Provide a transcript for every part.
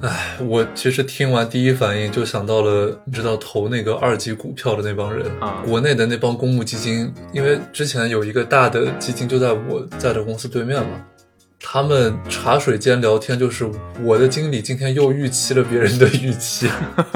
我其实听完第一反应就想到了，你知道投那个二级股票的那帮人啊，国内的那帮公募基金，因为之前有一个大的基金就在我在的公司对面嘛，他们茶水间聊天就是我的经理今天又预期了别人的预期。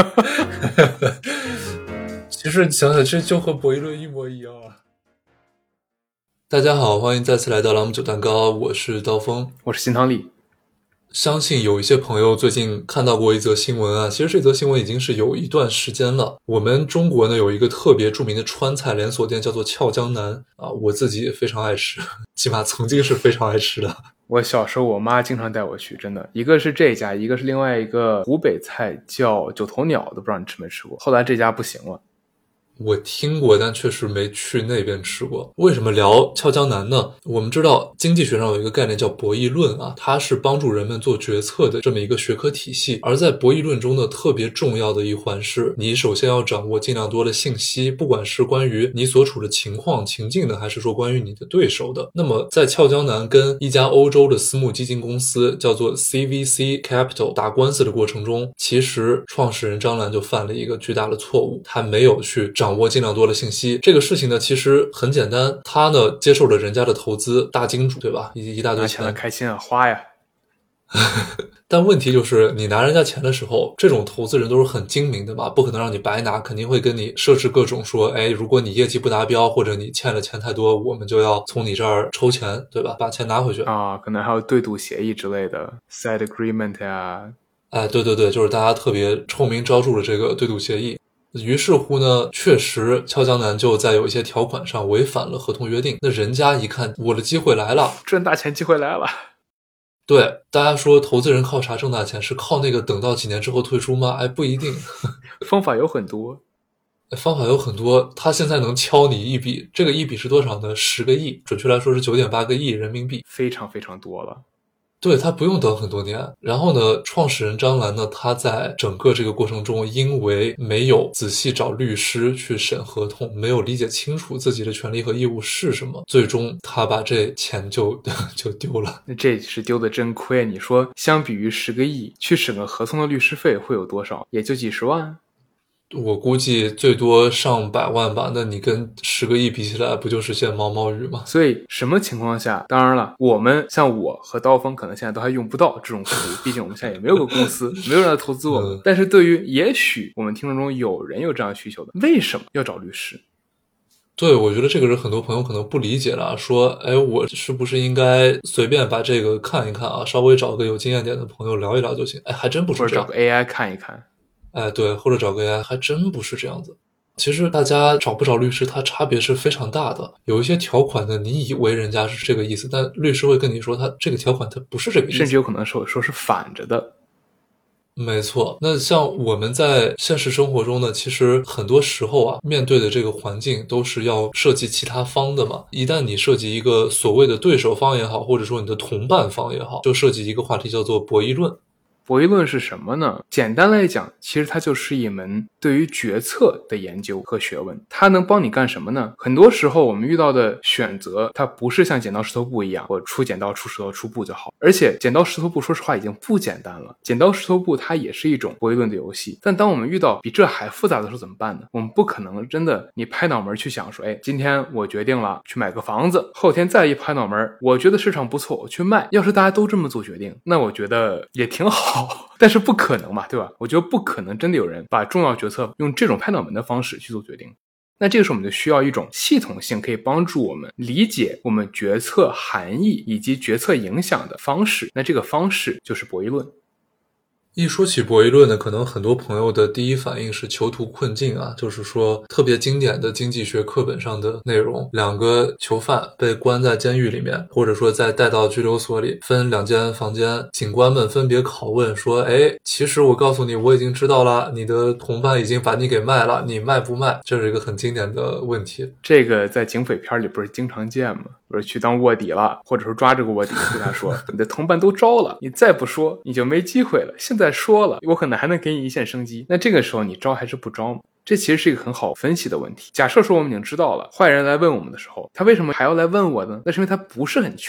其实想想这就和博弈论一模一样啊。大家好，欢迎再次来到朗姆酒蛋糕，我是刀锋， 我是新汤力。 相信有一些朋友最近看到过一则新闻啊，其实这则新闻已经是有一段时间了。我们中国呢有一个特别著名的川菜连锁店叫做俏江南啊，我自己也非常爱吃，起码曾经是非常爱吃的。 我小时候我妈经常带我去，真的，一个是这家，一个是另外一个湖北菜叫九头鸟的，不知道你吃没吃过。后来这家不行了。 我听过，但确实没去那边吃过。为什么聊俏江南呢？我们知道经济学上有一个概念叫博弈论啊，它是帮助人们做决策的这么一个学科体系。而在博弈论中呢，特别重要的一环是，你首先要掌握尽量多的信息，不管是关于你所处的情况情境的，还是说关于你的对手的。那么在俏江南跟一家欧洲的私募基金公司叫做 CVC Capital 打官司的过程中，其实创始人张澜就犯了一个巨大的错误，他没有去掌握尽量多的信息。这个事情呢其实很简单，他呢接受了人家的投资，大金主对吧，一大堆钱， 拿钱开心啊，花呀。 但问题就是你拿人家钱的时候，这种投资人都是很精明的嘛，不可能让你白拿，肯定会跟你设置各种说，如果你业绩不达标，或者你欠了钱太多，我们就要从你这儿抽钱，对吧，把钱拿回去啊，可能还有对赌协议之类的 side agreement 呀。 对，就是大家特别臭名昭著的这个对赌协议。于是乎呢，确实俏江南就在有一些条款上违反了合同约定。那人家一看我的机会来了， 赚大钱机会来了。 对，大家说投资人靠啥挣大钱？是靠那个等到几年之后退出吗？不一定。 方法有很多。 方法有很多，他现在能敲你一笔，这个一笔是多少呢？10个亿，准确来说是9.8个亿人民币， 非常非常多了。 对，他不用等很多年。然后呢，创始人张澜呢，他在整个这个过程中，因为没有仔细找律师去审合同，没有理解清楚自己的权利和义务是什么，最终他把这钱就丢了。 那这是丢的真亏。你说相比于10个亿去审个合同的律师费会有多少？也就几十万。 我估计最多上百万吧，那你跟10个亿比起来，不就是件毛毛雨吗？ 所以什么情况下，当然了，我们像我和刀锋可能现在都还用不到这种服务，毕竟我们现在也没有个公司，没有人来投资我们。但是对于也许我们听众中有人有这样需求的，为什么要找律师？ 对，我觉得这个是很多朋友可能不理解了，说我是不是应该随便把这个看一看啊，稍微找个有经验点的朋友聊一聊就行？还真不是这样。 或者找个 AI 看一看。 对，或者找个 AI，还真不是这样子。其实大家找不找律师，它差别是非常大的。有一些条款呢，你以为人家是这个意思，但律师会跟你说，他这个条款它不是这个意思， 甚至有可能说是反着的。 没错。那像我们在现实生活中呢，其实很多时候啊，面对的这个环境都是要涉及其他方的嘛。一旦你涉及一个所谓的对手方也好，或者说你的同伴方也好，就涉及一个话题叫做博弈论。 博弈论是什么呢？简单来讲，其实它就是一门对于决策的研究和学问。它能帮你干什么呢？很多时候我们遇到的选择，它不是像剪刀石头布一样，我出剪刀出石头出布就好。而且剪刀石头布说实话已经不简单了，剪刀石头布它也是一种博弈论的游戏。但当我们遇到比这还复杂的时候怎么办呢？我们不可能真的你拍脑门去想说，今天我决定了去买个房子，后天再一拍脑门，我觉得市场不错，我去卖。要是大家都这么做决定，那我觉得也挺好。但是不可能嘛，对吧？我觉得不可能真的有人把重要决策用这种拍脑门的方式去做决定。那这个时候我们就需要一种系统性可以帮助我们理解我们决策含义以及决策影响的方式，那这个方式就是博弈论。 一说起博弈论呢，可能很多朋友的第一反应是囚徒困境啊，就是说特别经典的经济学课本上的内容，两个囚犯被关在监狱里面，或者说在带到拘留所里，分2间房间，警官们分别拷问说，其实我告诉你，我已经知道了，你的同伴已经把你给卖了，你卖不卖？这是一个很经典的问题。 这个在警匪片里不是经常见吗？不是去当卧底了，或者说抓这个卧底，对他说你的同伴都招了，你再不说你就没机会了，现在说了我可能还能给你一线生机。那这个时候你招还是不招吗？这其实是一个很好分析的问题。假设说我们已经知道了坏人来问我们的时候，他为什么还要来问我呢？那是因为他不是很确定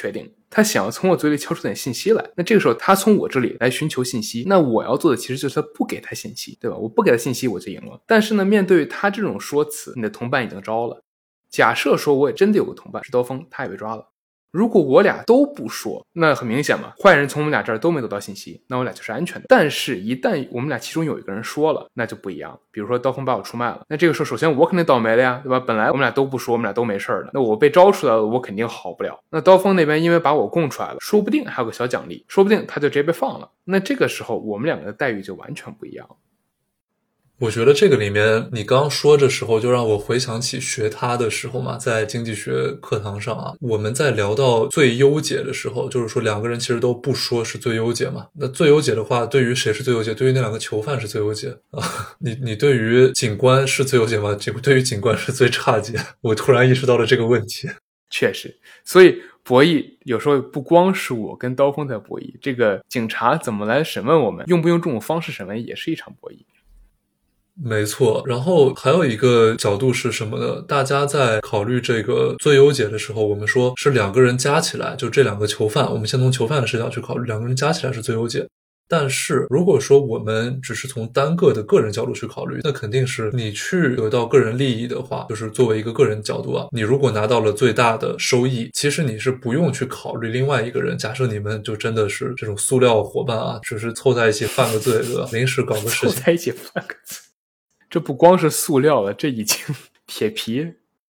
他想要从我嘴里敲出点信息来，那这个时候他从我这里来寻求信息，那我要做的其实就是他不给他信息，对吧？我不给他信息我就赢了。但是呢，面对他这种说辞，你的同伴已经招了。假设说我也真的有个同伴是刀锋，他也被抓了，如果我俩都不说，那很明显嘛，坏人从我们俩这儿都没得到信息，那我俩就是安全的。但是一旦我们俩其中有一个人说了，那就不一样。比如说刀锋把我出卖了，那这个时候首先我肯定倒霉了呀，对吧？本来我们俩都不说，我们俩都没事的，那我被招出来了，我肯定好不了。那刀锋那边因为把我供出来了，说不定还有个小奖励，说不定他就直接被放了。那这个时候我们两个的待遇就完全不一样了。 我觉得这个里面你刚说的时候就让我回想起学他的时候嘛，在经济学课堂上啊，我们在聊到最优解的时候，就是说两个人其实都不说是最优解嘛。那最优解的话，对于谁是最优解？对于那两个囚犯是最优解啊。你对于警官是最优解吗？对于警官是最差解。我突然意识到了这个问题。 确实，所以博弈有时候不光是我跟刀锋在博弈，这个警察怎么来审问我们，用不用这种方式审问也是一场博弈。 没错，然后还有一个角度是什么呢？大家在考虑这个最优解的时候，我们说是两个人加起来，就这两个囚犯，我们先从囚犯的视角去考虑，两个人加起来是最优解。但是如果说我们只是从单个的个人角度去考虑，那肯定是你去得到个人利益的话，就是作为一个个人角度啊，你如果拿到了最大的收益，其实你是不用去考虑另外一个人。假设你们就真的是这种塑料伙伴啊，只是凑在一起犯个罪，对吧？临时搞个事情， 凑在一起犯个罪，这不光是塑料了，这已经铁皮。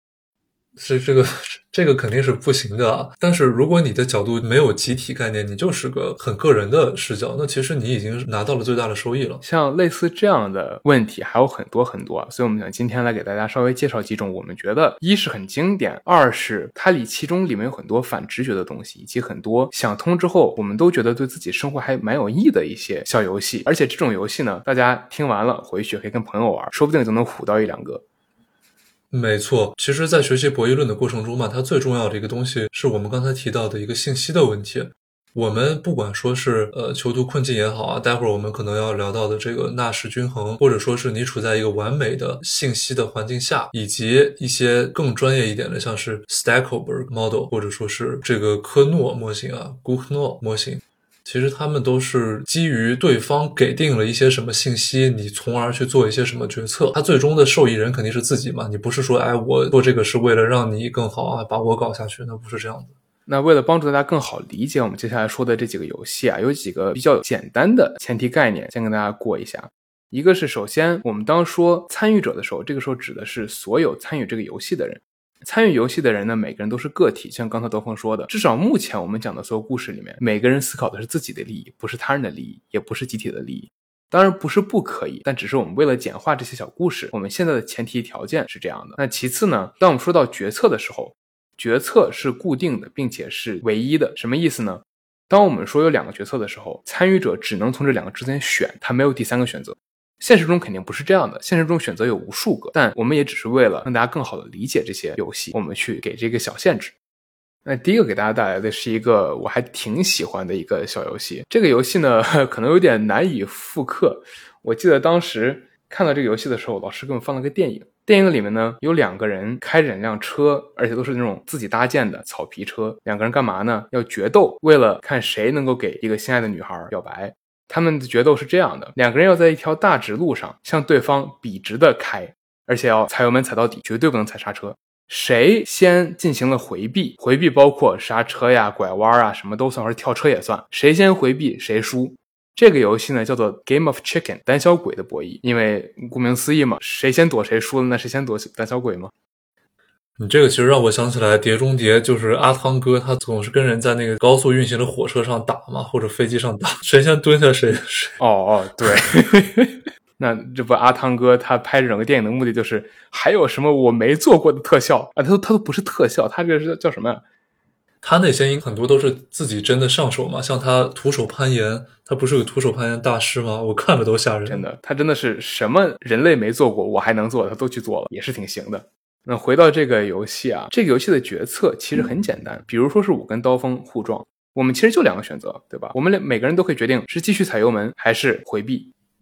这个肯定是不行的啊。但是如果你的角度没有集体概念，你就是个很个人的视角，那其实你已经拿到了最大的收益了。 像类似这样的问题还有很多很多啊，所以我们想今天来给大家稍微介绍几种我们觉得一是很经典，二是它其中里面有很多反直觉的东西，以及很多想通之后我们都觉得对自己生活还蛮有益的一些小游戏。而且这种游戏呢，大家听完了回去可以跟朋友玩，说不定就能唬到一两个。 没错，其实在学习博弈论的过程中嘛，它最重要的一个东西是我们刚才提到的一个信息的问题。我们不管说是囚徒困境也好啊，待会儿我们可能要聊到的这个纳什均衡，或者说是你处在一个完美的信息的环境下，以及一些更专业一点的像是 Stackelberg model， 或者说是这个科诺模型啊 Guchnow 模型，其实他们都是基于对方给定了一些什么信息，你从而去做一些什么决策。他最终的受益人肯定是自己嘛，你不是说我做这个是为了让你更好啊，把我搞下去，那不是这样的。 那为了帮助大家更好理解我们接下来说的这几个游戏啊，有几个比较简单的前提概念，先跟大家过一下。一个是首先我们当说参与者的时候，这个时候指的是所有参与这个游戏的人。参与游戏的人呢，每个人都是个体，像刚才刀锋说的，至少目前我们讲的所有故事里面，每个人思考的是自己的利益，不是他人的利益，也不是集体的利益。当然不是不可以，但只是我们为了简化这些小故事，我们现在的前提条件是这样的。那其次呢，当我们说到决策的时候，决策是固定的，并且是唯一的。什么意思呢？当我们说有两个决策的时候，参与者只能从这两个之间选，他没有第三个选择。现实中肯定不是这样的，现实中选择有无数个，但我们也只是为了让大家更好的理解这些游戏，我们去给这个小限制。那第一个给大家带来的是一个我还挺喜欢的一个小游戏，这个游戏呢可能有点难以复刻。我记得当时看到这个游戏的时候，老师给我们放了个电影，电影里面呢有两个人开着两辆车，而且都是那种自己搭建的草皮车，两个人干嘛呢？要决斗，为了看谁能够给一个心爱的女孩表白。他们的决斗是这样的，两个人要在一条大直路上向对方笔直的开，而且要踩油门踩到底，绝对不能踩刹车。谁先进行了回避，回避包括刹车呀、拐弯啊，什么都算，或者跳车也算，谁先回避谁输。这个游戏呢叫做 Game of Chicken， 胆小鬼的博弈，因为顾名思义嘛，谁先躲谁输了，那谁先躲胆小鬼嘛。 你这个其实让我想起来碟中谍，就是阿汤哥他总是跟人在那个高速运行的火车上打嘛，或者飞机上打，谁先蹲下谁。 对。那这不阿汤哥他拍整个电影的目的就是还有什么我没做过的特效啊？他都不是特效，他这个是叫什么呀？ 他那些很多都是自己真的上手嘛，像他徒手攀岩，他不是个徒手攀岩大师吗？我看着都吓人。 真的，他真的是什么人类没做过我还能做，他都去做了，也是挺行的。那回到这个游戏啊，这个游戏的决策其实很简单，比如说是我跟刀锋互撞，我们其实就两个选择，对吧？我们每个人都可以决定是继续踩油门还是回避。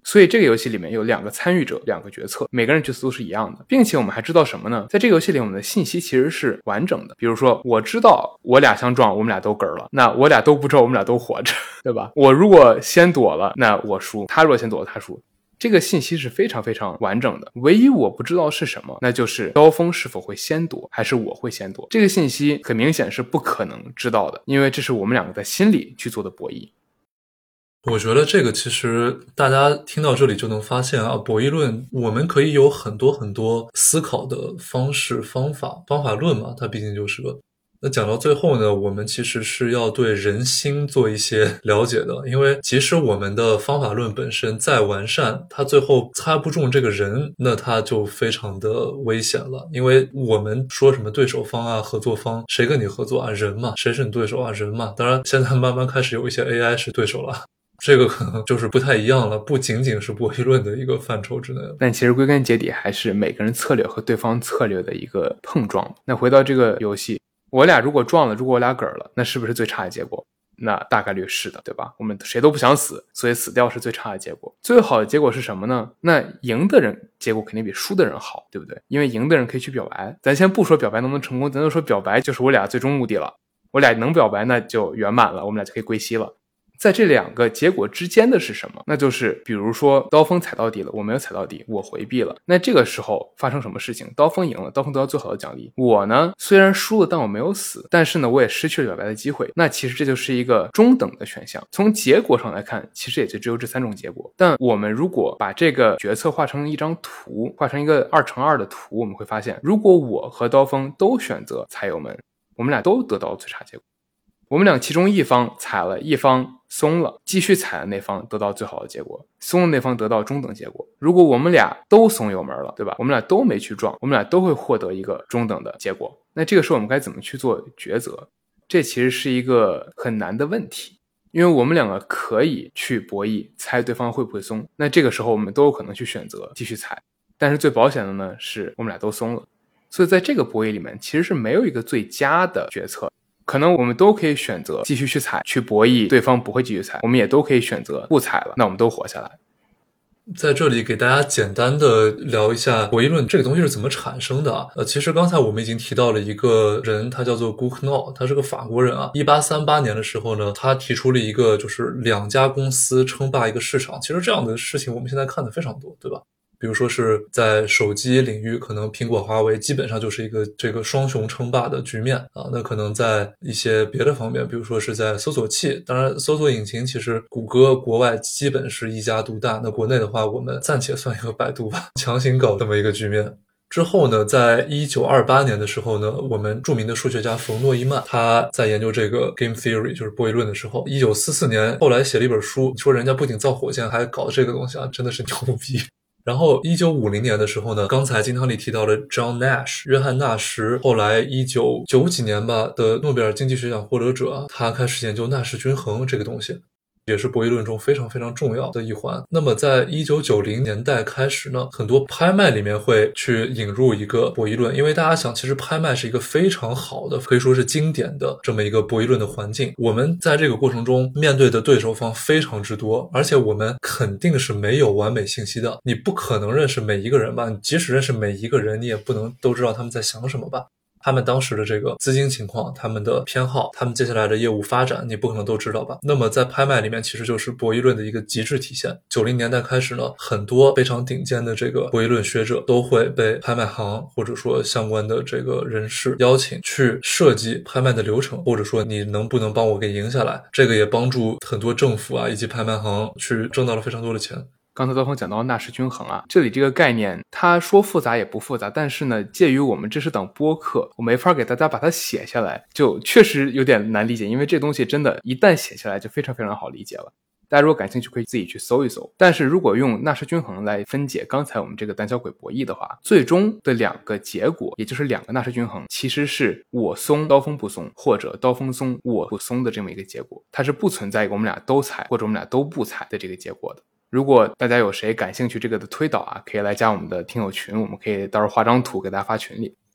所以这个游戏里面有2个参与者，2个决策，每个人角色都是一样的，并且我们还知道什么呢？在这个游戏里我们的信息其实是完整的。比如说我知道我俩相撞，我们俩都嗝了，那我俩都不知道我们俩都活着，对吧？我如果先躲了，那我输，他如果先躲了，他输。这个信息是非常非常完整的，唯一我不知道是什么，那就是刀锋是否会先躲，还是我会先躲。这个信息很明显是不可能知道的，因为这是我们2个在心里去做的博弈。 我觉得这个其实大家听到这里就能发现啊，博弈论我们可以有很多很多思考的方式方法论嘛，它毕竟就是个。那讲到最后呢，我们其实是要对人心做一些了解的，因为即使我们的方法论本身再完善，它最后猜不中这个人，那它就非常的危险了。因为我们说什么对手方啊、合作方，谁跟你合作啊？人嘛，谁是你对手啊？人嘛。当然现在慢慢开始有一些 AI 是对手了，这个可能就是不太一样了，不仅仅是博弈论的一个范畴之内了。 但其实归根结底还是每个人策略和对方策略的一个碰撞。那回到这个游戏，我俩如果撞了，如果我俩嗝了，那是不是最差的结果？那大概率是的，对吧？我们谁都不想死，所以死掉是最差的结果。最好的结果是什么呢？那赢的人结果肯定比输的人好，对不对？因为赢的人可以去表白。咱先不说表白能不能成功，咱就说表白就是我俩最终目的了。我俩能表白，那就圆满了，我们俩就可以归西了。在这2个结果之间的是什么？那就是比如说刀锋踩到底了，我没有踩到底，我回避了。那这个时候发生什么事情？刀锋赢了，刀锋得到最好的奖励。我呢虽然输了，但我没有死，但是呢我也失去了表白的机会。那其实这就是一个中等的选项。从结果上来看，其实也就只有这3种结果。但我们如果把这个决策画成一张图，画成一个2×2的图，我们会发现，如果我和刀锋都选择踩油门，我们俩都得到了最差结果。我们俩其中一方踩了，一方松了，继续踩的那方得到最好的结果，松的那方得到中等结果。如果我们俩都松油门了，对吧？我们俩都没去撞，我们俩都会获得一个中等的结果。那这个时候我们该怎么去做抉择？这其实是一个很难的问题，因为我们2个可以去博弈，猜对方会不会松。那这个时候我们都有可能去选择继续踩，但是最保险的呢是我们俩都松了。所以在这个博弈里面，其实是没有一个最佳的决策。可能我们都可以选择继续去踩，去博弈对方不会继续踩，我们也都可以选择不踩了，那我们都活下来。 在这里给大家简单的聊一下博弈论这个东西是怎么产生的啊。其实刚才我们已经提到了一个人，他叫做 Gouknau， 他是个法国人啊。1838年的时候呢，他提出了一个就是2家公司称霸一个市场。其实这样的事情我们现在看的非常多，对吧？比如说是在手机领域，可能苹果、华为基本上就是一个这个双雄称霸的局面啊。那可能在一些别的方面，比如说是在搜索器，当然搜索引擎其实谷歌国外基本是一家独大，那国内的话我们暂且算一个百度吧，强行搞这么一个局面。之后呢，在1928年的时候呢，我们著名的数学家冯诺依曼，他在研究这个 game theory 就是博弈论的时候，1944年后来写了一本书，说人家不仅造火箭还搞这个东西啊，真的是牛逼。然后1950年的时候呢，刚才金汤里提到了 John Nash 约翰纳什，后来1990几年吧的诺贝尔经济学奖获得者，他开始研究纳什均衡这个东西，也是博弈论中非常非常重要的一环。那么在1990年代开始呢，很多拍卖里面会去引入一个博弈论，因为大家想，其实拍卖是一个非常好的，可以说是经典的这么一个博弈论的环境。我们在这个过程中面对的对手方非常之多，而且我们肯定是没有完美信息的，你不可能认识每一个人吧，你即使认识每一个人，你也不能都知道他们在想什么吧。他们当时的这个资金情况，他们的偏好，他们接下来的业务发展，你不可能都知道吧。那么在拍卖里面其实就是博弈论的一个极致体现。90年代开始呢，很多非常顶尖的这个博弈论学者都会被拍卖行或者说相关的这个人士邀请去设计拍卖的流程，或者说你能不能帮我给赢下来。这个也帮助很多政府啊以及拍卖行去挣到了非常多的钱。 刚才刀锋讲到纳什均衡啊，这里这个概念他说复杂也不复杂，但是呢介于我们这是档播客，我没法给大家把它写下来，就确实有点难理解，因为这东西真的一旦写下来就非常非常好理解了。大家如果感兴趣可以自己去搜一搜。但是如果用纳什均衡来分解刚才我们这个胆小鬼博弈的话，最终的2个结果，也就是2个纳什均衡，其实是我松刀锋不松，或者刀锋松我不松的这么一个结果，它是不存在一个我们俩都踩或者我们俩都不踩的这个结果的。如果大家有谁感兴趣这个的推导啊，可以来加我们的听友群，我们可以到时候画张图给大家发群里。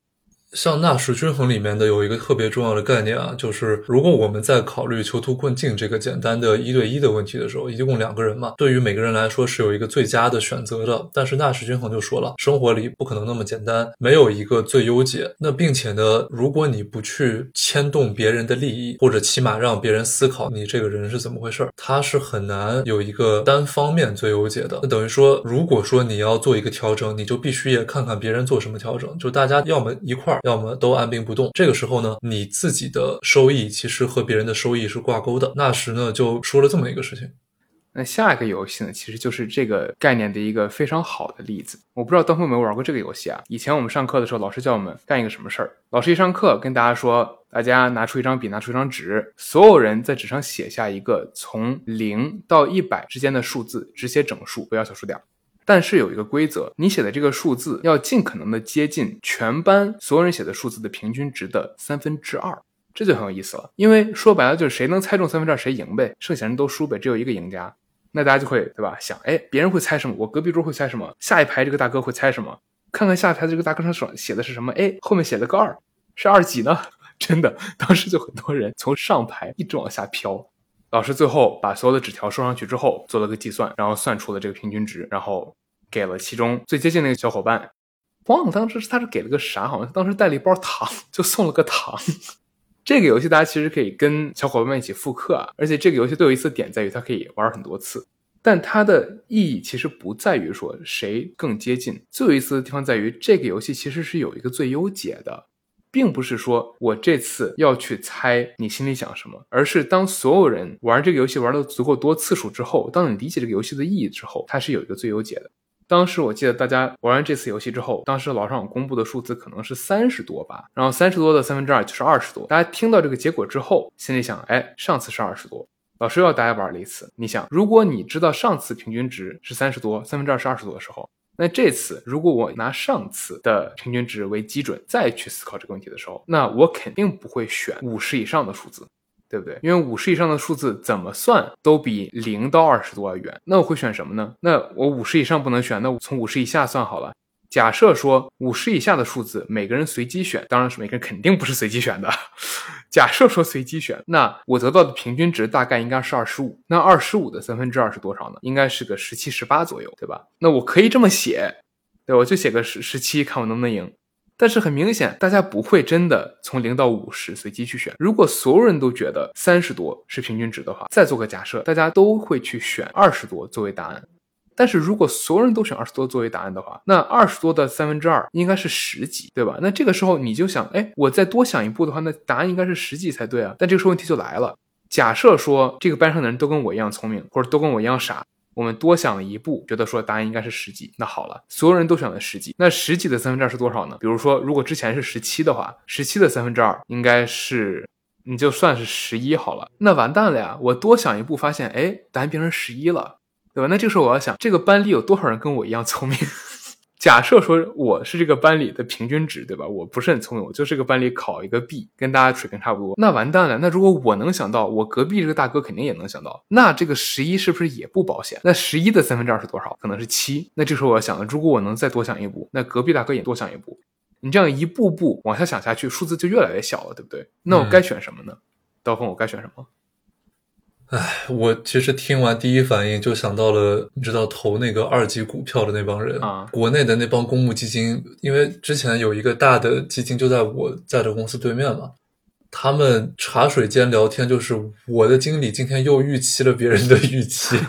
像纳什均衡里面的有一个特别重要的概念啊，就是如果我们在考虑囚徒困境这个简单的1对1的问题的时候，一共2个人嘛，对于每个人来说是有一个最佳的选择的。但是纳什均衡就说了，生活里不可能那么简单，没有一个最优解。那并且呢，如果你不去牵动别人的利益，或者起码让别人思考你这个人是怎么回事，他是很难有一个单方面最优解的。那等于说，如果说你要做一个调整，你就必须也看看别人做什么调整，就大家要么一块儿，要么都按兵不动。这个时候呢，你自己的收益其实和别人的收益是挂钩的。纳什呢就说了这么一个事情。 那下一个游戏呢，其实就是这个概念的一个非常好的例子。我不知道刀锋有没有玩过这个游戏啊？以前我们上课的时候，老师叫我们干一个什么事儿？老师一上课跟大家说，大家拿出一张笔，拿出一张纸，所有人在纸上写下一个从0到100之间的数字，只写整数，不要小数点。但是有一个规则，你写的这个数字要尽可能的接近全班所有人写的数字的平均值的2/3，这就很有意思了。因为说白了就是谁能猜中2/3谁赢呗，剩下人都输呗，只有一个赢家。那大家就会对吧想，别人会猜什么，我隔壁桌会猜什么，下一排这个大哥会猜什么，看看下一排这个大哥上写的是什么，后面写了个2，是2几呢？真的，当时就很多人从上排一直往下飘。老师最后把所有的纸条收上去之后做了个计算，然后算出了这个平均值，然后给了其中最接近那个小伙伴。忘了当时他是给了个啥，好像当时带了一包糖，就送了个糖。这个游戏大家其实可以跟小伙伴们一起复刻啊，而且这个游戏最有意思的点在于它可以玩很多次，但它的意义其实不在于说谁更接近，最有意思的地方在于这个游戏其实是有一个最优解的，并不是说我这次要去猜你心里想什么，而是当所有人玩这个游戏玩了足够多次数之后，当你理解这个游戏的意义之后，它是有一个最优解的。当时我记得大家玩完这次游戏之后，当时老师长公布的数字可能是30多吧，然后30多的2/3就是20多。大家听到这个结果之后，心里想，上次是20多，老师又要大家玩了一次。你想，如果你知道上次平均值是30多，2/3是20多的时候，那这次如果我拿上次的平均值为基准再去思考这个问题的时候，那我肯定不会选50以上的数字，对不对？因为50以上的数字怎么算都比0到20多要远。那我会选什么呢？那我50以上不能选，那我从50以下算好了。假设说50以下的数字每个人随机选，当然是每个人肯定不是随机选的。假设说随机选，那我得到的平均值大概应该是25。那25的2/3是多少呢？应该是个17、18左右，对吧？那我可以这么写，对，我就写个17，看我能不能赢。但是很明显，大家不会真的从0到50随机去选。如果所有人都觉得30多是平均值的话，再做个假设，大家都会去选20多作为答案。但是如果所有人都选20多作为答案的话，那20多的2/3应该是10几，对吧？那这个时候你就想，我再多想一步的话，那答案应该是10几才对啊。但这个时候问题就来了，假设说这个班上的人都跟我一样聪明，或者都跟我一样傻，我们多想了一步，觉得说答案应该是10几。那好了，所有人都选了10几，那10几的2/3是多少呢？比如说，如果之前是17的话，17的2/3应该是，你就算是11好了。那完蛋了呀，我多想一步发现，答案变成11了，对吧？那这个时候我要想，这个班里有多少人跟我一样聪明？假设说我是这个班里的平均值，对吧？我不是很聪明，我就是这个班里考一个 B， 跟大家水平差不多。那完蛋了，那如果我能想到，我隔壁这个大哥肯定也能想到，那这个11是不是也不保险？那11的2/3是多少？可能是7。那这时候我要想了，如果我能再多想一步，那隔壁大哥也多想一步，你这样一步步往下想下去，数字就越来越小了，对不对？那我该选什么呢？刀锋，我该选什么？ 我其实听完第一反应就想到了，你知道投那个2级股票的那帮人啊， 国内的那帮公募基金，因为之前有一个大的基金就在我在的公司对面嘛，他们茶水间聊天就是我的经理今天又预期了别人的预期。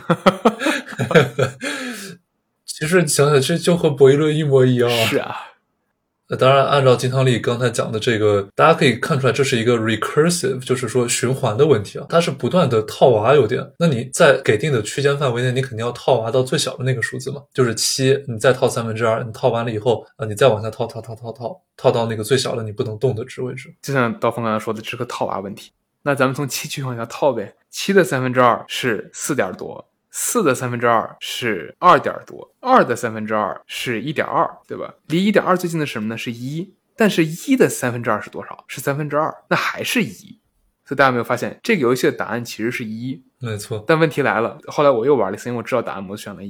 其实想想这就和博弈论一模一样啊。 是啊。 当然按照金汤力刚才讲的这个，大家可以看出来这是一个 recursive， 就是说循环的问题啊，它是不断的套娃有点。那你在给定的区间范围内，你肯定要套娃到最小的那个数字嘛，就是7，你再套2/3，你套完了以后你再往下套到那个最小的你不能动的值为止。 就像刀锋刚才说的，这是个套娃问题。那咱们从7去往下套呗，7的2/3是4点多，4的2/3是2点多，2的2/3是1.2，对吧？离1.2最近的是什么呢？是1。但是1的2/3是多少？是2/3，那还是1。所以大家有没有发现，这个游戏的答案其实是1？ 没错。 但问题来了，后来我又玩了一次，因为我知道答案，我就选了1。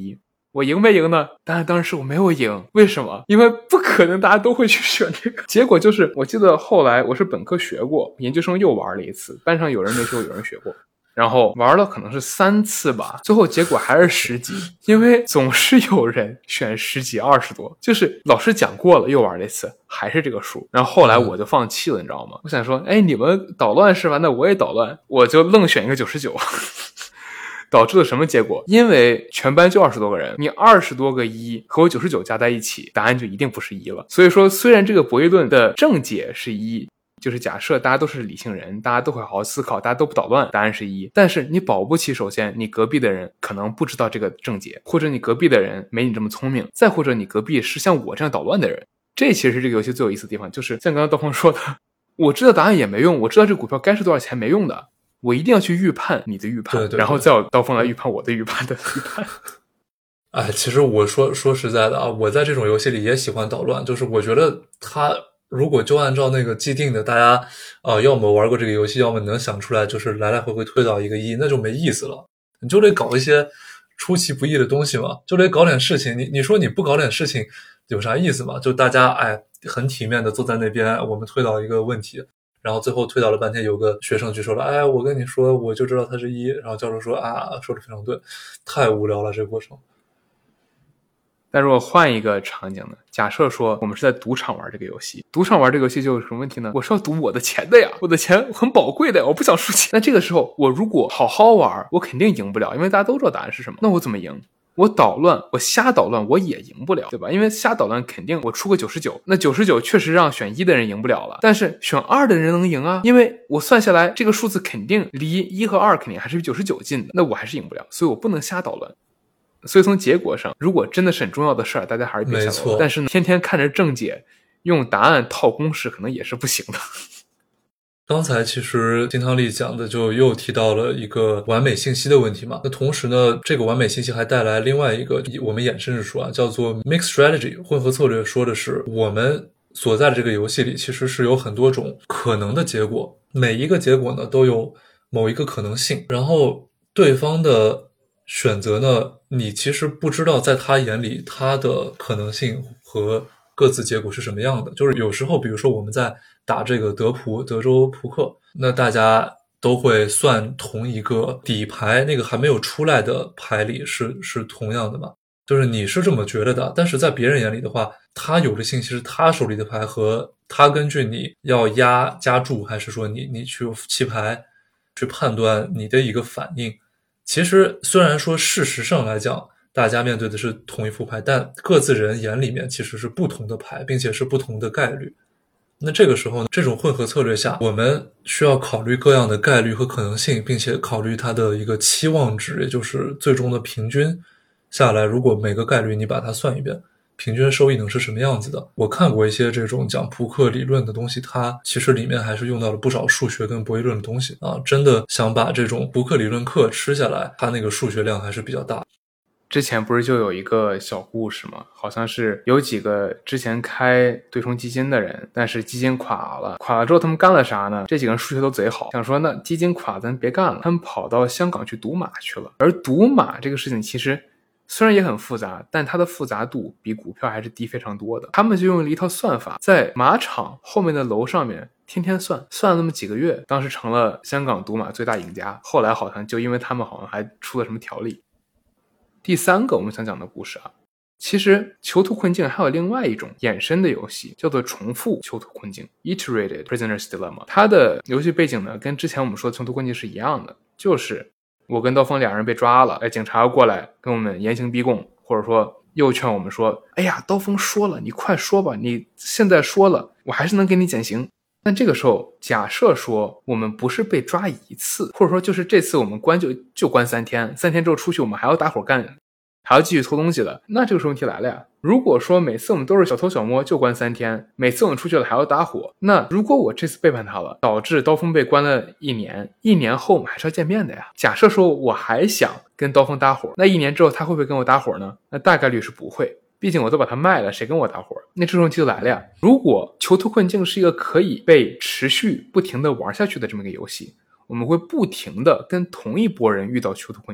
我赢没赢呢？当时我没有赢，为什么？因为不可能大家都会去选这个。结果就是，我记得后来我是本科学过，研究生又玩了一次，班上有人没学过，有人学过。然后玩了可能是3次吧，最后结果还是10级，因为总是有人选10级20多，就是老师讲过了又玩了一次，还是这个数。然后后来我就放弃了，你知道吗？我想说，你们捣乱是吧？那我也捣乱，我就愣选一个99。导致了什么结果？因为全班就20多个人，你20多个1和我99加在一起，答案就一定不是1了。所以说，虽然这个博弈论的正解是1，就是假设大家都是理性人，大家都会好好思考，大家都不捣乱，答案是1。但是你保不齐，首先你隔壁的人可能不知道这个正解，或者你隔壁的人没你这么聪明，再或者你隔壁是像我这样捣乱的人。这其实是这个游戏最有意思的地方，就是像刚刚刀锋说的，我知道答案也没用，我知道这个股票该是多少钱没用的，我一定要去预判你的预判， 对， 然后再有刀锋来预判我的预判的预判。 其实我说实在的啊，我在这种游戏里也喜欢捣乱，就是我觉得它如果就按照那个既定的，大家要么玩过这个游戏，要么能想出来，就是来来回回推到一个1，那就没意思了。你就得搞一些出其不意的东西嘛，就得搞点事情。你说你不搞点事情有啥意思嘛？就大家很体面的坐在那边，我们推导一个问题。然后最后推导了半天，有个学生举手了，我跟你说，我就知道他是1，然后教授说说的非常对，太无聊了这个过程。 但如果换一个场景呢？假设说我们是在赌场玩这个游戏，赌场玩这个游戏就有什么问题呢？我是要赌我的钱的呀，我的钱很宝贵的呀，我不想输钱。那这个时候我如果好好玩，我肯定赢不了，因为大家都知道答案是什么。那我怎么赢？我捣乱，我瞎捣乱，我也赢不了，对吧？因为瞎捣乱肯定我出个99，那99确实让选1的人赢不了了，但是选2的人能赢啊，因为我算下来这个数字肯定离1和2肯定还是比99近的，那我还是赢不了，所以我不能瞎捣乱。所以从结果上，如果真的是很重要的事儿，大家还是别瞎捣乱。但是呢，天天看着正解，用答案套公式，可能也是不行的。 刚才其实金汤力讲的就又提到了一个完美信息的问题嘛，那同时呢，这个完美信息还带来另外一个我们衍生着说叫做 mixed strategy 混合策略，说的是我们所在的这个游戏里其实是有很多种可能的结果，每一个结果呢都有某一个可能性，然后对方的选择呢，你其实不知道在他眼里他的可能性和各自结果是什么样的。就是有时候比如说我们在打这个德州扑克，那大家都会算同一个底牌，那个还没有出来的牌里是同样的嘛，就是你是这么觉得的，但是在别人眼里的话，他有的信息是他手里的牌和他根据你要加注还是说你去弃牌去判断你的一个反应。其实虽然说事实上来讲大家面对的是同一副牌，但各自人眼里面其实是不同的牌，并且是不同的概率。那这个时候呢，这种混合策略下，我们需要考虑各样的概率和可能性，并且考虑它的一个期望值，也就是最终的平均下来，如果每个概率你把它算一遍，平均收益能是什么样子的。我看过一些这种讲扑克理论的东西，它其实里面还是用到了不少数学跟博弈论的东西啊，真的想把这种扑克理论课吃下来，它那个数学量还是比较大。 之前不是就有一个小故事吗？好像是有几个之前开对冲基金的人，但是基金垮了之后他们干了啥呢？这几个人数学都贼好，想说那基金垮咱别干了，他们跑到香港去赌马去了。而赌马这个事情其实虽然也很复杂，但它的复杂度比股票还是低非常多的。他们就用了一套算法，在马场后面的楼上面天天算了那么几个月，当时成了香港赌马最大赢家。后来好像就因为他们好像还出了什么条例。第3个我们想讲的故事啊，其实囚徒困境还有另外一种衍生的游戏，叫做重复囚徒困境 Iterated Prisoner's Dilemma。 它的游戏背景呢跟之前我们说的囚徒困境是一样的，就是我跟刀锋2人被抓了，警察过来跟我们严刑逼供，或者说又劝我们说，哎呀，刀锋说了，你快说吧，你现在说了我还是能给你减刑。但这个时候假设说我们不是被抓一次，或者说就是这次我们关就关3天，3天之后出去我们还要打伙干，还要继续偷东西的，那这个时候问题来了呀。如果说每次我们都是小偷小摸就关3天，每次我们出去了还要打伙，那如果我这次背叛他了，导致刀锋被关了1年，1年后我们还是要见面的呀。假设说我还想跟刀锋搭伙，那1年之后他会不会跟我搭伙呢？那大概率是不会，毕竟我都把它卖了，谁跟我搭伙？那这种问题就来了呀。如果囚徒困境是一个可以被持续不停的玩下去的这么一个游戏，我们会不停的跟同一波人遇到囚徒困境，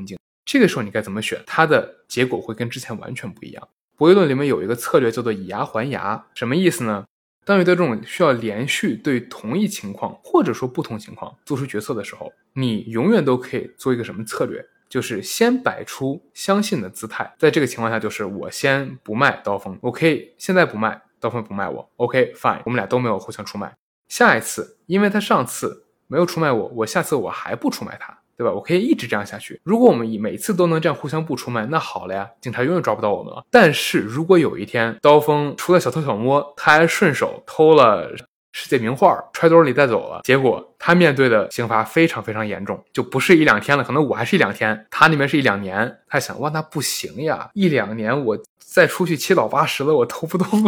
这个时候你该怎么选，它的结果会跟之前完全不一样。博弈论里面有一个策略叫做以牙还牙，什么意思呢？当遇到这种需要连续对同一情况或者说不同情况做出决策的时候，你永远都可以做一个什么策略，就是先摆出相信的姿态。在这个情况下，就是我先不卖刀锋，我可以现在不卖，刀锋不卖我 OK fine， 我们俩都没有互相出卖。下一次因为他上次没有出卖我，我下次我还不出卖他，对吧？我可以一直这样下去。如果我们每次都能这样互相不出卖，那好了呀，警察永远抓不到我们了。但是如果有一天刀锋除了小偷小摸，他还顺手偷了世界名画，揣兜里带走了，结果他面对的刑罚非常非常严重，就不是1-2天了，可能我还是1-2天，他那边是1-2年。他想，哇，那不行呀，1-2年我再出去七老八十了，我偷不动了。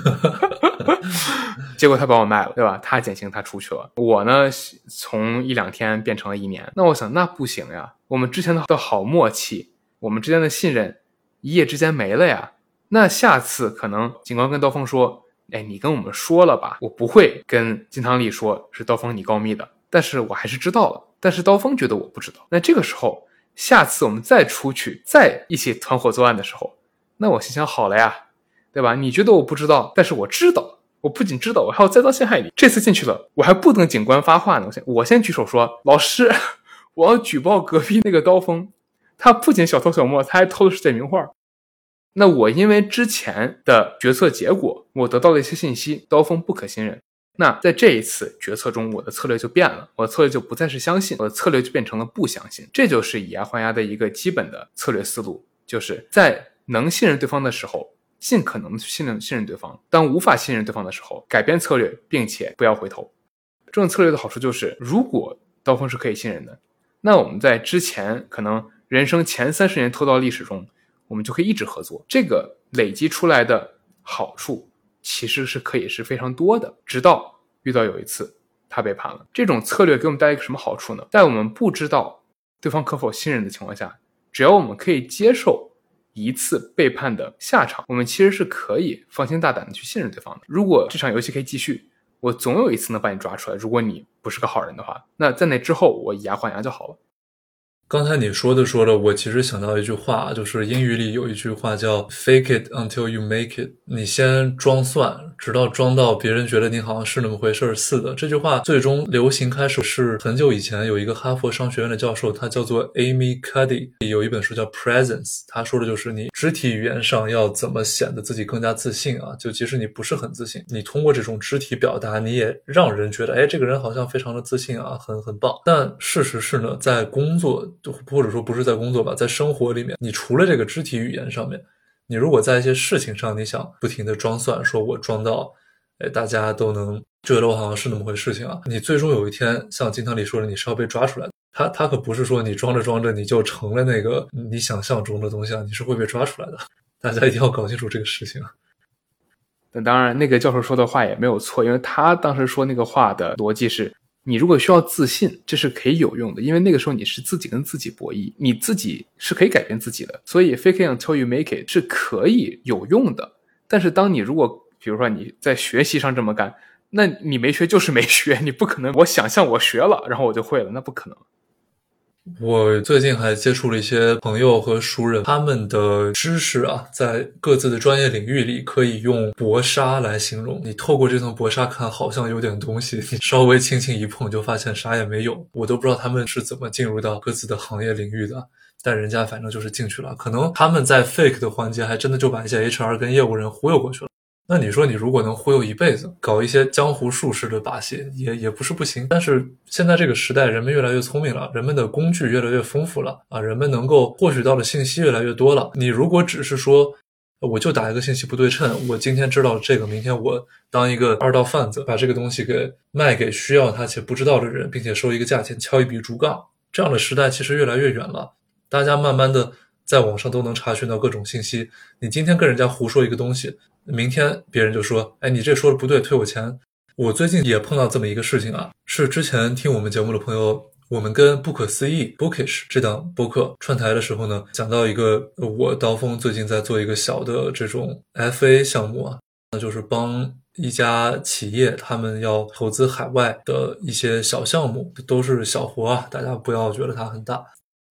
结果他把我卖了，对吧？他减刑他出去了，我呢从1-2天变成了1年。那我想那不行呀，我们之前的好默契，我们之间的信任一夜之间没了呀。那下次可能警官跟刀锋说，哎，你跟我们说了吧，我不会跟金汤力说是刀锋你告密的，但是我还是知道了，但是刀锋觉得我不知道。那这个时候下次我们再出去再一起团伙作案的时候，那我心想好了呀，对吧？你觉得我不知道，但是我知道，我不仅知道，我还要再造陷害你。这次进去了，我还不等警官发话呢，我先举手说，老师，我要举报隔壁那个刀锋，他不仅小偷小摸，他还偷了世界名画。那我因为之前的决策结果，我得到了一些信息，刀锋不可信任。那在这一次决策中，我的策略就变了，我的策略就不再是相信，我的策略就变成了不相信。这就是以牙还牙的一个基本的策略思路，就是在能信任对方的时候，尽可能的去信任对方，当无法信任对方的时候，改变策略，并且不要回头。这种策略的好处就是，如果刀锋是可以信任的，那我们在之前可能人生前30年偷盗历史中，我们就可以一直合作，这个累积出来的好处其实是可以是非常多的，直到遇到有一次他背叛了。这种策略给我们带来一个什么好处呢？在我们不知道对方可否信任的情况下，只要我们可以接受一次背叛的下场，我们其实是可以放心大胆的去信任对方的。如果这场游戏可以继续，我总有一次能把你抓出来，如果你不是个好人的话，那在那之后我以牙还牙就好了。 刚才你说的，我其实想到一句话，就是英语里有一句话叫 fake it until you make it， 你先装蒜，直到装到别人觉得你好像是那么回事似的。这句话最终流行开始是很久以前有一个哈佛商学院的教授，他叫做 Amy Cuddy， 有一本书叫 Presence， 他说的就是你肢体语言上要怎么显得自己更加自信啊，就即使你不是很自信，你通过这种肢体表达，你也让人觉得，哎，这个人好像非常的自信啊，很棒。但事实是呢，在工作或者说不是在工作吧，在生活里面，你除了这个肢体语言上面，你如果在一些事情上，你想不停的装蒜，说我装到大家都能觉得我好像是那么回事情啊，你最终有一天像金汤里说的，你是要被抓出来的。他可不是说你装着装着你就成了那个你想象中的东西啊，你是会被抓出来的。大家一定要搞清楚这个事情啊。 但当然那个教授说的话也没有错，因为他当时说那个话的逻辑是，你如果需要自信，这是可以有用的，因为那个时候你是自己跟自己博弈，你自己是可以改变自己的，所以 fake it until you make it 是可以有用的。但是当你如果比如说你在学习上这么干，那你没学就是没学，你不可能我想象我学了然后我就会了，那不可能。 我最近还接触了一些朋友和熟人，他们的知识啊，在各自的专业领域里可以用薄纱来形容。你透过这层薄纱看，好像有点东西，你稍微轻轻一碰就发现啥也没有。我都不知道他们是怎么进入到各自的行业领域的，但人家反正就是进去了。可能他们在 fake 的环节还真的就把一些 HR 跟业务人忽悠过去了。那你说你如果能忽悠一辈子，搞一些江湖术士的把戏也不是不行。但是现在这个时代人们越来越聪明了，人们的工具越来越丰富了啊，人们能够获取到的信息越来越多了。你如果只是说我就打一个信息不对称，我今天知道这个，明天我当一个二道贩子，把这个东西给卖给需要它且不知道的人，并且收一个价钱，敲一笔竹杠，这样的时代其实越来越远了。大家慢慢的在网上都能查询到各种信息，你今天跟人家胡说一个东西，明天别人就说，哎，你这说的不对，退我钱。我最近也碰到这么一个事情啊，是之前听我们节目的朋友，我们跟不可思议 Bookish 这档播客串台的时候呢，讲到一个我刀锋最近在做一个小的这种 FA 项目啊，那就是帮一家企业他们要投资海外的一些小项目，都是小活啊，大家不要觉得它很大。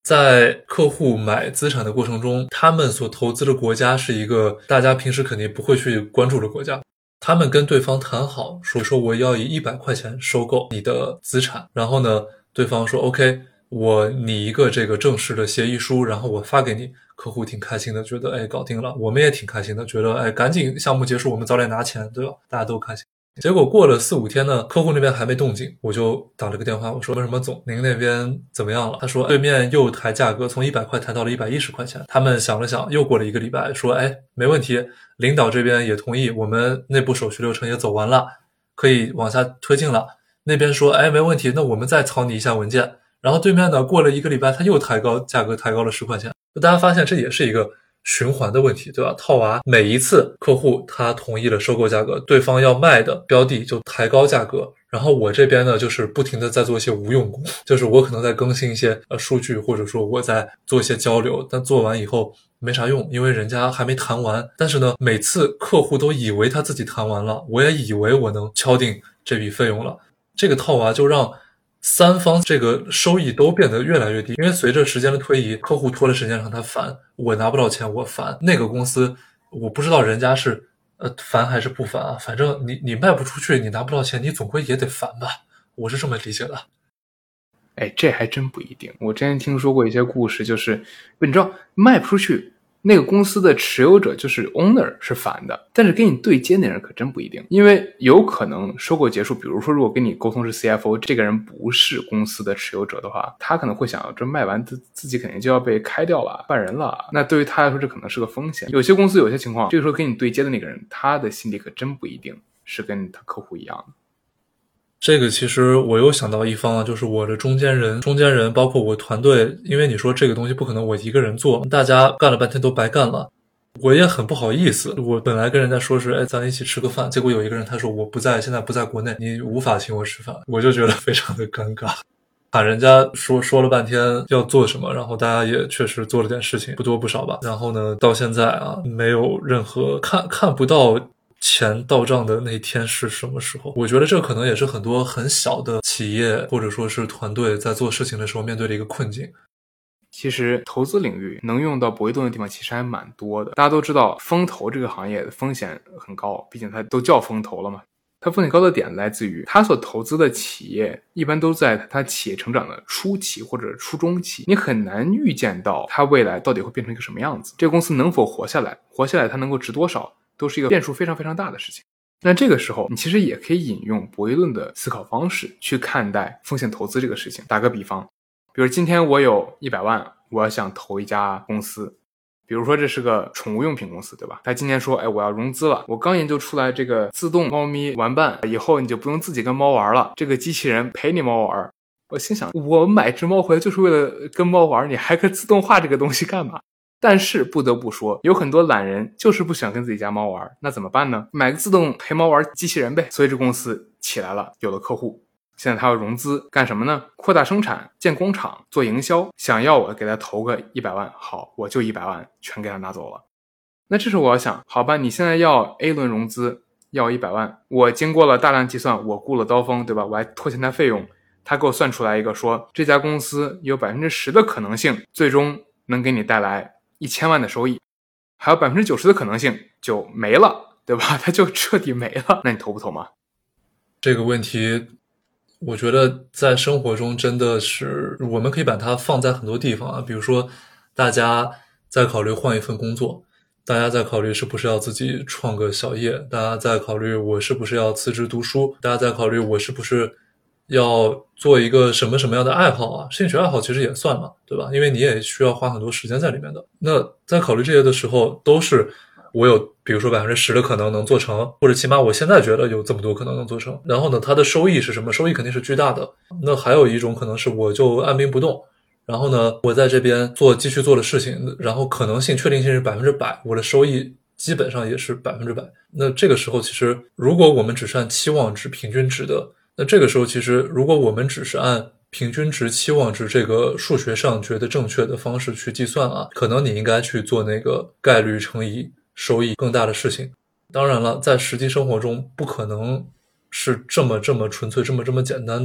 在客户买资产的过程中，他们所投资的国家是一个大家平时肯定不会去关注的国家。他们跟对方谈好，说我要以100块钱收购你的资产，然后呢，对方说 OK， 我拟一个这个正式的协议书，然后我发给你。客户挺开心的，觉得搞定了，我们也挺开心的，觉得赶紧项目结束，我们早点拿钱，对吧？大家都开心。结果过了4-5天呢，客户那边还没动静，我就打了个电话，我说什么总，您那边怎么样了？他说对面又抬价格，从100块抬到了110块钱。他们想了想，又过了1个礼拜，说没问题，领导这边也同意，我们内部手续流程也走完了，可以往下推进了。那边说没问题，那我们再草拟一下文件。然后对面呢，过了1个礼拜，他又抬高价格，抬高了10块钱。就大家发现这也是一个循环的问题，对吧？套娃每一次客户他同意了收购价格，对方要卖的标的就抬高价格，然后我这边呢就是不停的在做一些无用功，就是我可能在更新一些数据，或者说我在做一些交流，但做完以后没啥用，因为人家还没谈完。但是呢，每次客户都以为他自己谈完了，我也以为我能敲定这笔费用了，这个套娃就让三方这个收益都变得越来越低，因为随着时间的推移，客户拖的时间让他烦，我拿不到钱我烦，那个公司我不知道人家是烦还是不烦啊，反正你卖不出去，你拿不到钱，你总归也得烦吧，我是这么理解的。 这还真不一定。我之前听说过一些故事，就是你知道卖不出去，那个公司的持有者就是 owner 是烦的，但是跟你对接那人可真不一定，因为有可能收购结束，比如说如果跟你沟通是 CFO， 这个人不是公司的持有者的话，他可能会想这卖完自己肯定就要被开掉了，换人了，那对于他来说这可能是个风险。有些公司有些情况，这个时候跟你对接的那个人，他的心里可真不一定是跟他客户一样的。 这个其实我又想到一方，就是我的中间人包括我团队，因为你说这个东西不可能我一个人做，大家干了半天都白干了，我也很不好意思。我本来跟人家说是咱一起吃个饭，结果有一个人他说我不在，现在不在国内，你无法请我吃饭，我就觉得非常的尴尬。喊人家说了半天要做什么，然后大家也确实做了点事情，不多不少吧，然后呢到现在啊没有任何看不到钱到账的那天是什么时候。我觉得这可能也是很多很小的企业或者说是团队在做事情的时候面对的一个困境。 其实投资领域能用到博弈论的地方其实还蛮多的。大家都知道风投这个行业风险很高，毕竟它都叫风投了嘛。它风险高的点来自于它所投资的企业一般都在它企业成长的初期或者初中期，你很难预见到它未来到底会变成一个什么样子，这个公司能否活下来它能够值多少，都是一个变数非常非常大的事情。那这个时候你其实也可以引用博弈论的思考方式去看待风险投资这个事情。打个比方，比如今天我有100万，我想投一家公司，比如说这是个宠物用品公司，对吧？他今年说我要融资了，我刚研究出来这个自动猫咪玩伴，以后你就不用自己跟猫玩了，这个机器人陪你猫玩。我心想，我买只猫回来就是为了跟猫玩，你还可自动化这个东西干嘛？但是不得不说，有很多懒人就是不想跟自己家猫玩，那怎么办呢？买个自动陪猫玩机器人呗。所以这公司起来了，有了客户，现在他要融资干什么呢？扩大生产，建工厂，做营销，想要我给他投个100万，好，我就100万全给他拿走了。那这时候我要想，好吧，你现在要 A 轮融资，要100万，我经过了大量计算，我雇了刀锋，对吧？我还拖欠他费用，他给我算出来一个说，这家公司有 10% 的可能性最终能给你带来1000万的收益，还有 90% 的可能性就没了，对吧？它就彻底没了，那你投不投吗？ 这个问题我觉得在生活中真的是我们可以把它放在很多地方啊，比如说大家在考虑换一份工作，大家在考虑是不是要自己创个小业，大家在考虑我是不是要辞职读书，大家在考虑我是不是要做一个什么样的爱好啊，兴趣爱好其实也算嘛，对吧？因为你也需要花很多时间在里面的。那在考虑这些的时候，都是我有比如说 10% 的可能能做成，或者起码我现在觉得有这么多可能能做成。然后呢，它的收益是什么？收益肯定是巨大的。那还有一种可能是我就按兵不动，然后呢，我在这边继续做的事情，然后可能性确定性是100%，我的收益基本上也是100%。那这个时候其实如果我们只是按期望值平均值的，那这个时候其实如果我们只是按平均值期望值这个数学上觉得正确的方式去计算啊，可能你应该去做那个概率乘以收益更大的事情。当然了，在实际生活中不可能是这么纯粹这么简单的，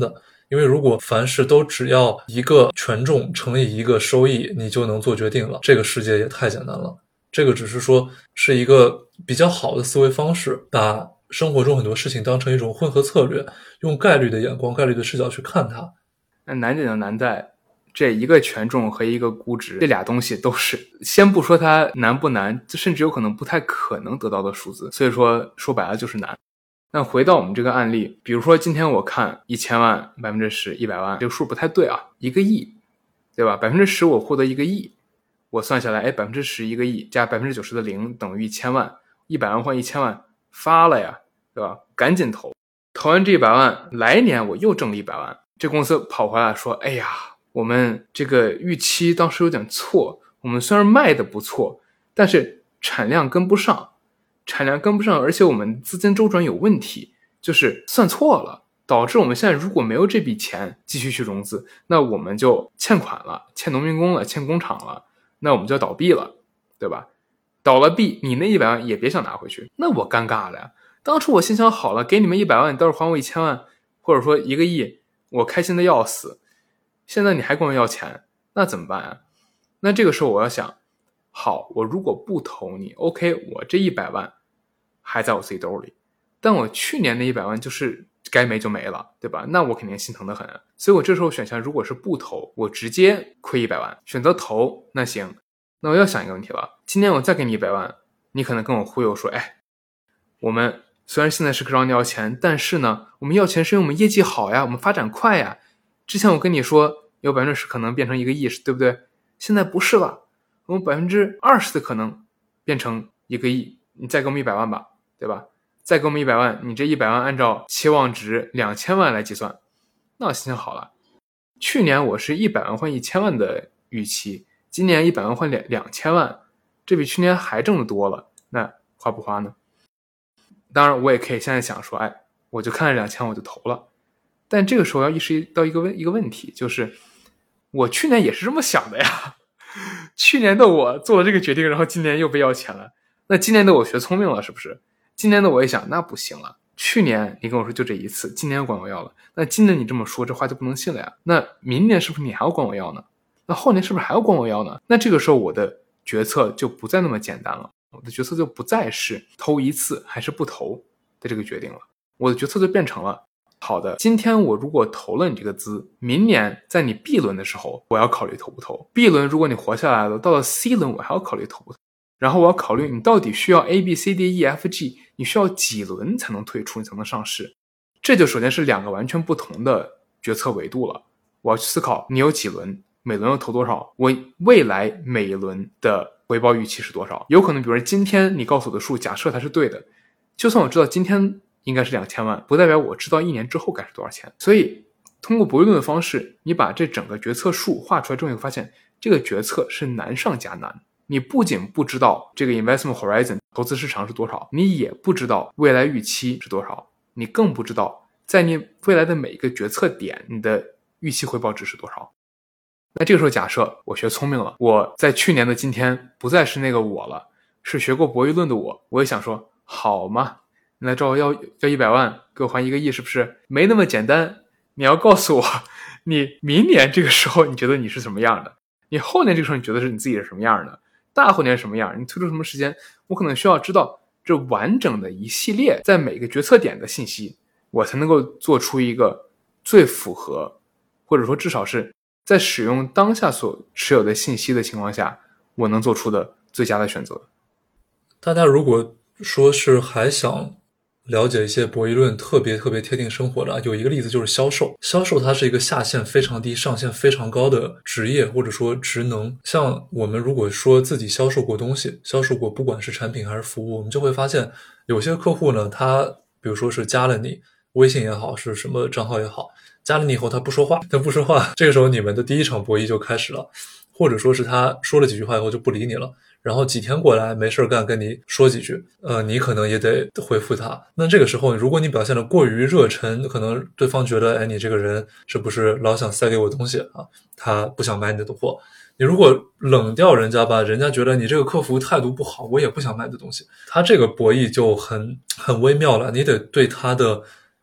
因为如果凡事都只要一个权重乘以一个收益，你就能做决定了，这个世界也太简单了。这个只是说是一个比较好的思维方式，把生活中很多事情当成一种混合策略，用概率的眼光、概率的视角去看它。 那难点就难在这一个权重和一个估值，这俩东西都是，先不说它难不难，甚至有可能不太可能得到的数字，所以说说白了就是难。那回到我们这个案例，比如说今天我看1000万10%、100万，这个数不太对啊，1个亿，对吧？10%我获得1个亿，我算下来，10%1个亿加90%的零等于1000万，100万换1000万，发了呀，对吧？赶紧投，投完这100万，来年我又挣了100万。这公司跑回来说，哎呀，我们这个预期当时有点错，我们虽然卖的不错，但是产量跟不上，而且我们资金周转有问题，就是算错了，导致我们现在如果没有这笔钱继续去融资，那我们就欠款了，欠农民工了，欠工厂了，那我们就要倒闭了，对吧？倒了闭，你那100万也别想拿回去，那我尴尬了呀。当初我心想好了，给你们100万，你到时候还我1000万，或者说1个亿，我开心的要死。现在你还跟我要钱，那怎么办啊？那这个时候我要想，好，我如果不投你 ，OK， 我这100万还在我自己兜里，但我去年那100万就是该没就没了，对吧？那我肯定心疼的很。所以我这时候选项如果是不投，我直接亏100万，选择投，那行，那我要想一个问题了，今年我再给你100万，你可能跟我忽悠说，哎，我们虽然现在是找你要钱，但是呢，我们要钱是因为我们业绩好呀，我们发展快呀。之前我跟你说有10%可能变成1个亿，对不对？现在不是了，我们20%的可能变成1个亿，你再给我们100万吧，对吧？再给我们100万，你这100万按照期望值2000万来计算，那我心情好了。去年我是100万换1000万的预期，今年100万换2000万，这比去年还挣得多了，那花不花呢？当然我也可以现在想说，哎，我就看了2000我就投了。但这个时候要意识到一个问题，就是我去年也是这么想的呀。去年的我做了这个决定，然后今年又被要钱了。那今年的我学聪明了，是不是？今年的我也想，那不行了。去年你跟我说就这一次，今年又管我要了，那今年你这么说，这话就不能信了呀。那明年是不是你还要管我要呢？那后年是不是还要管我要呢？那这个时候我的决策就不再那么简单了，我的决策就不再是投一次还是不投的这个决定了，我的决策就变成了，好的，今天我如果投了你这个资，明年在你 B 轮的时候，我要考虑投不投。B 轮如果你活下来了，到了 C 轮我还要考虑投不投。然后我要考虑你到底需要 A、B、C、D、E、F、G， 你需要几轮才能退出，你才能上市。这就首先是2个完全不同的决策维度了。我要去思考你有几轮，每轮要投多少，我未来每一轮的回报预期是多少。有可能比如说今天你告诉我的数，假设它是对的，就算我知道今天应该是2000万，不代表我知道1年之后该是多少钱。所以通过博弈论的方式，你把这整个决策树画出来之后，你会发现这个决策是难上加难。你不仅不知道这个 investment horizon 投资市场是多少，你也不知道未来预期是多少，你更不知道在你未来的每一个决策点，你的预期回报值是多少。那这个时候假设我学聪明了，我在去年的今天不再是那个我了，是学过博弈论的我也想说，好嘛，你来找我要100万，给我还1个亿，是不是？没那么简单。你要告诉我，你明年这个时候你觉得你是什么样的？你后年这个时候你觉得是你自己是什么样的？大后年是什么样？你推出什么时间？我可能需要知道这完整的一系列在每个决策点的信息，我才能够做出一个最符合，或者说至少是在使用当下所持有的信息的情况下，我能做出的最佳的选择。 大家如果说是还想了解一些博弈论特别贴近生活的，有一个例子就是销售。销售它是一个下限非常低上限非常高的职业或者说职能。像我们如果说自己销售过东西，销售过不管是产品还是服务，我们就会发现有些客户呢，他比如说是加了你微信也好，是什么账号也好，加了你以后他不说话，这个时候你们的第一场博弈就开始了。或者说是他说了几句话以后就不理你了，然后几天过来没事干跟你说几句，你可能也得回复他。那这个时候如果你表现得过于热忱，可能对方觉得，哎，你这个人是不是老想塞给我东西啊？他不想买你的货。你如果冷掉人家吧，人家觉得你这个客服态度不好，我也不想买你的东西。他这个博弈就很微妙了，你得对他的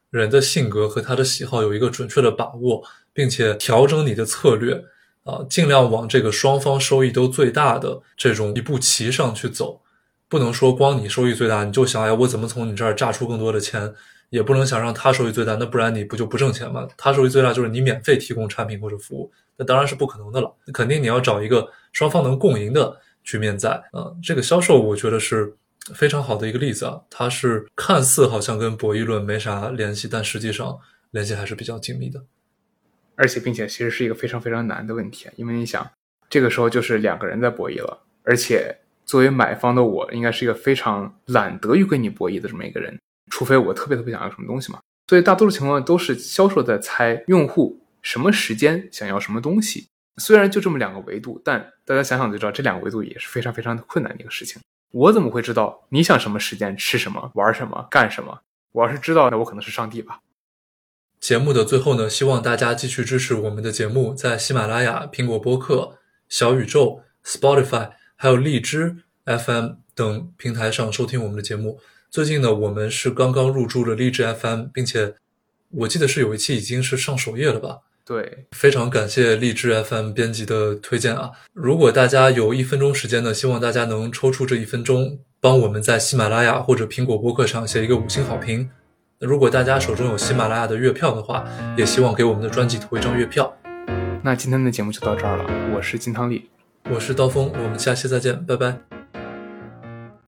人的性格和他的喜好有一个准确的把握，并且调整你的策略尽量往这个双方收益都最大的这种一步棋上去走。不能说光你收益最大你就想我怎么从你这儿榨出更多的钱，也不能想让他收益最大，那不然你不就不挣钱吗？他收益最大就是你免费提供产品或者服务，那当然是不可能的了。肯定你要找一个双方能共赢的局面在这个销售我觉得是非常好的一个例子它是看似好像跟博弈论没啥联系，但实际上联系还是比较紧密的。 而且并且其实是一个非常非常难的问题因为你想这个时候就是两个人在博弈了，而且作为买方的我应该是一个非常懒得于跟你博弈的这么一个人，除非我特别特别想要什么东西嘛。所以大多数情况都是销售在猜用户什么时间想要什么东西。虽然就这么两个维度，但大家想想就知道这两个维度也是非常非常困难的一个事情。我怎么会知道你想什么时间吃什么玩什么干什么？我要是知道那我可能是上帝吧。 节目的最后呢，希望大家继续支持我们的节目，在喜马拉雅、苹果播客、小宇宙、Spotify 还有荔枝 FM 等平台上收听我们的节目。最近呢，我们是刚刚入驻了荔枝 FM， 并且我记得是有一期已经是上首页了吧。 对， 非常感谢荔枝 FM 编辑的推荐如果大家有1分钟时间呢，希望大家能抽出这1分钟帮我们在喜马拉雅或者苹果播客上写一个5星好评。如果大家手中有喜马拉雅的月票的话，也希望给我们的专辑投一张月票。 那今天的节目就到这儿了，我是金汤力， 我是刀锋，我们下期再见，拜拜。